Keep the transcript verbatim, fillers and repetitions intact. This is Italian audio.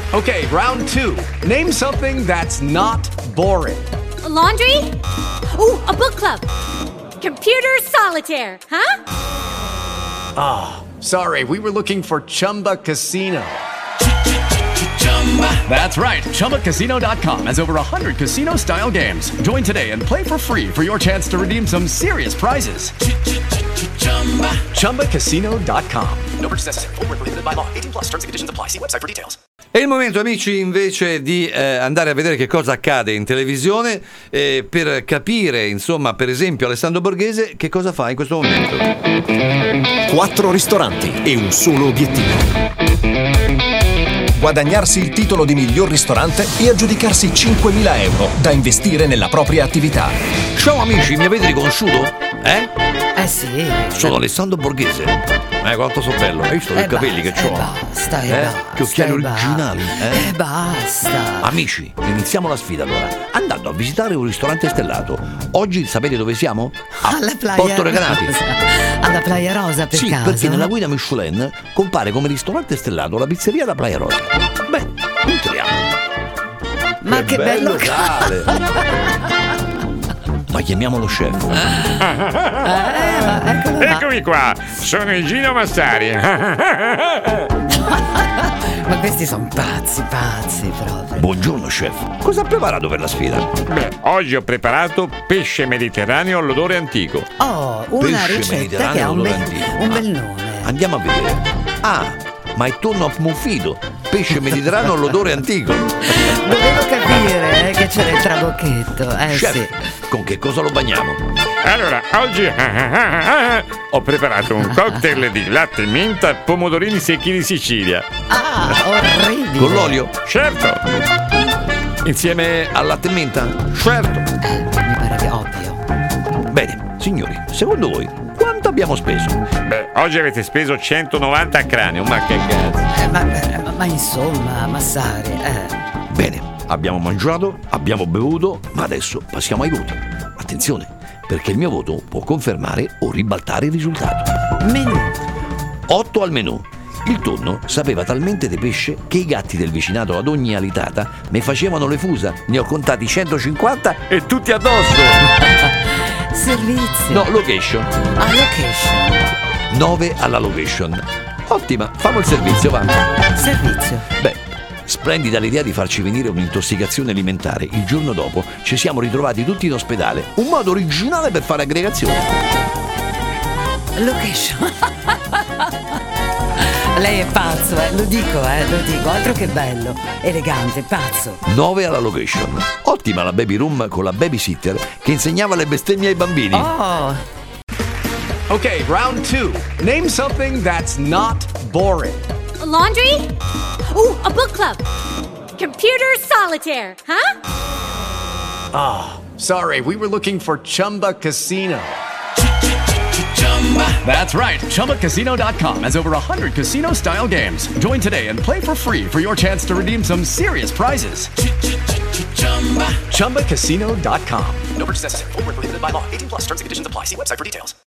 Okay, round two. Name something that's not boring. A laundry? Ooh, a book club. Computer solitaire, huh? Ah, oh, sorry, we were looking for Chumba Casino. That's right, Chumba Casino dot com has over one hundred casino-style games. Join today and play for free for your chance to redeem some serious prizes. Chumba Casino dot com. No purchase necessary. Void where prohibited by law. eighteen plus terms and conditions apply. See website for details. È il momento, amici, invece di eh, andare a vedere che cosa accade in televisione eh, per capire, insomma, per esempio Alessandro Borghese che cosa fa in questo momento. Quattro ristoranti e un solo obiettivo: guadagnarsi il titolo di miglior ristorante e aggiudicarsi cinquemila euro da investire nella propria attività. Ciao amici, mi avete riconosciuto? Eh? Eh sì. Sono Alessandro Borghese. Eh, quanto so bello, hai visto Eh i capelli basta, che eh ho? basta, eh eh? basta, Che occhiali eh originali, ba- eh? Eh basta. Amici, iniziamo la sfida allora. Andando a visitare un ristorante stellato. Oggi sapete dove siamo? A Alla playa Porto Recanati. Rosa. Alla Playa Rosa, per Sì, caso? perché nella guida Michelin compare come ristorante stellato la pizzeria La Playa Rosa. Beh, entriamo. Ma che, bello, tale. Ma chiamiamolo chef. Eh, ma eccolo là. Eccomi qua, sono il Gino Massari. Ma questi sono pazzi, pazzi proprio. Buongiorno chef. Cosa ha preparato per la sfida? Beh, oggi ho preparato pesce mediterraneo all'odore antico. Oh, una Pesce ricetta mediterraneo che ha un bel, all'odore antico. un bel nome. Andiamo a vedere. Ah, ma è tonno ammuffito. Pesce mediterraneo all'odore antico. Dovevo capire eh, che c'era il trabocchetto. Eh Chef, sì. con che cosa lo bagniamo? Allora, oggi ho preparato un cocktail di latte, menta e pomodorini secchi di Sicilia. Ah, orribile. Con l'olio? Certo, Insieme al latte e menta? Certo. Eh, mi pare che ovvio. Bene, signori, secondo voi quanto abbiamo speso? beh, oggi avete speso centonovanta a cranio, ma che cazzo. Eh, ma, ma, ma insomma, Massari, eh. Bene, abbiamo mangiato, abbiamo bevuto, ma adesso passiamo ai voti. Attenzione, perché il mio voto può confermare o ribaltare il risultato. Menù. otto al menù. Il tonno sapeva talmente di pesce che i gatti del vicinato ad ogni alitata mi facevano le fusa. Ne ho contati centocinquanta e tutti addosso. Servizio. No, location. Ah, location. nove alla location. Ottima, famo il servizio, va. Servizio. Beh, splendida l'idea di farci venire un'intossicazione alimentare. Il giorno dopo ci siamo ritrovati tutti in ospedale. Un modo originale per fare aggregazione. Location. Lei è pazzo, eh, lo dico, eh, lo dico, altro che bello, elegante, pazzo. nove alla location. Ottima la baby room con la babysitter che insegnava le bestemmie ai bambini. Oh, Okay, round two. Name something that's not boring. A laundry? Ooh, a book club. Computer solitaire, huh? Ah, oh, sorry, we were looking for Chumba Casino. That's right, Chumba Casino dot com has over one hundred casino-style games. Join today and play for free for your chance to redeem some serious prizes. Chumba Casino dot com. No purchase necessary. Void where prohibited by law. eighteen plus terms and conditions apply. See website for details.